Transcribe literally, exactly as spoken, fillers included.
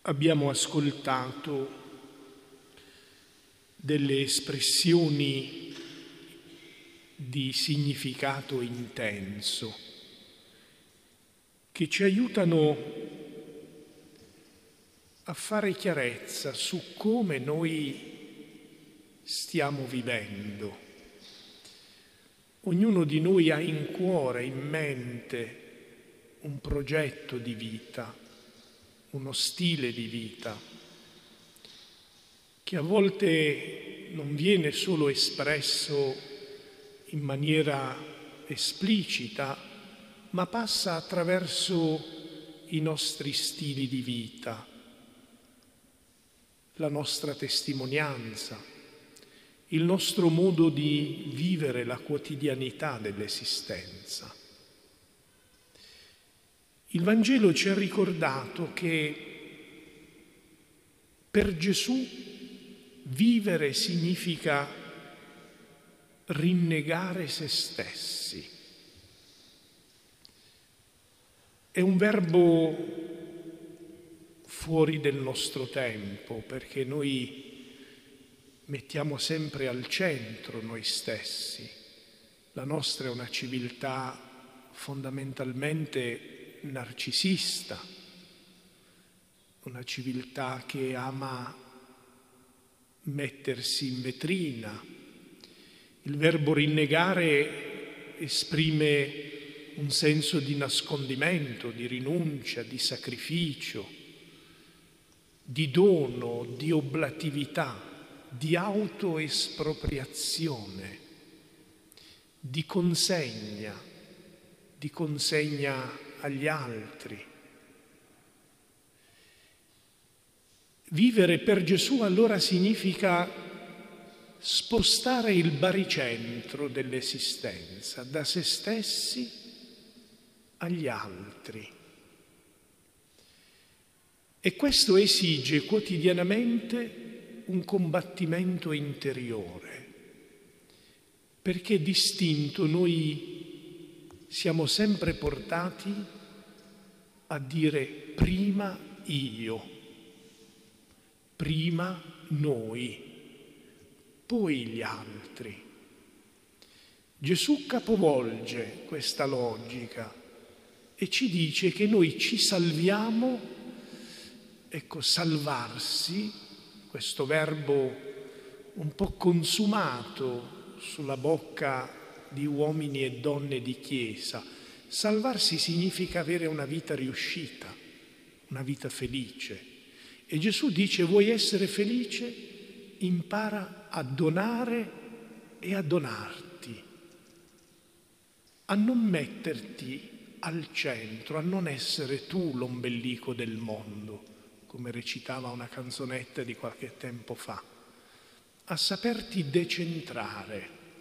abbiamo ascoltato delle espressioni di significato intenso che ci aiutano a fare chiarezza su come noi stiamo vivendo. Ognuno di noi ha in cuore, in mente, un progetto di vita, uno stile di vita, che a volte non viene solo espresso in maniera esplicita, ma passa attraverso i nostri stili di vita, la nostra testimonianza, il nostro modo di vivere la quotidianità dell'esistenza. Il Vangelo ci ha ricordato che per Gesù vivere significa rinnegare se stessi. È un verbo fuori del nostro tempo, perché noi mettiamo sempre al centro noi stessi. La nostra è una civiltà fondamentalmente narcisista, una civiltà che ama mettersi in vetrina. Il verbo rinnegare esprime un senso di nascondimento, di rinuncia, di sacrificio, di dono, di oblatività, di autoespropriazione, di consegna, di consegna agli altri. Vivere per Gesù allora significa spostare il baricentro dell'esistenza da se stessi agli altri. E questo esige quotidianamente un combattimento interiore, perché distinto noi siamo sempre portati a dire prima io, prima noi, poi gli altri. Gesù capovolge questa logica e ci dice che noi ci salviamo, ecco, salvarsi, questo verbo un po' consumato sulla bocca di uomini e donne di Chiesa. Salvarsi significa avere una vita riuscita, una vita felice. E Gesù dice: vuoi essere felice? Impara a donare e a donarti, a non metterti al centro, a non essere tu l'ombelico del mondo, come recitava una canzonetta di qualche tempo fa, a saperti decentrare,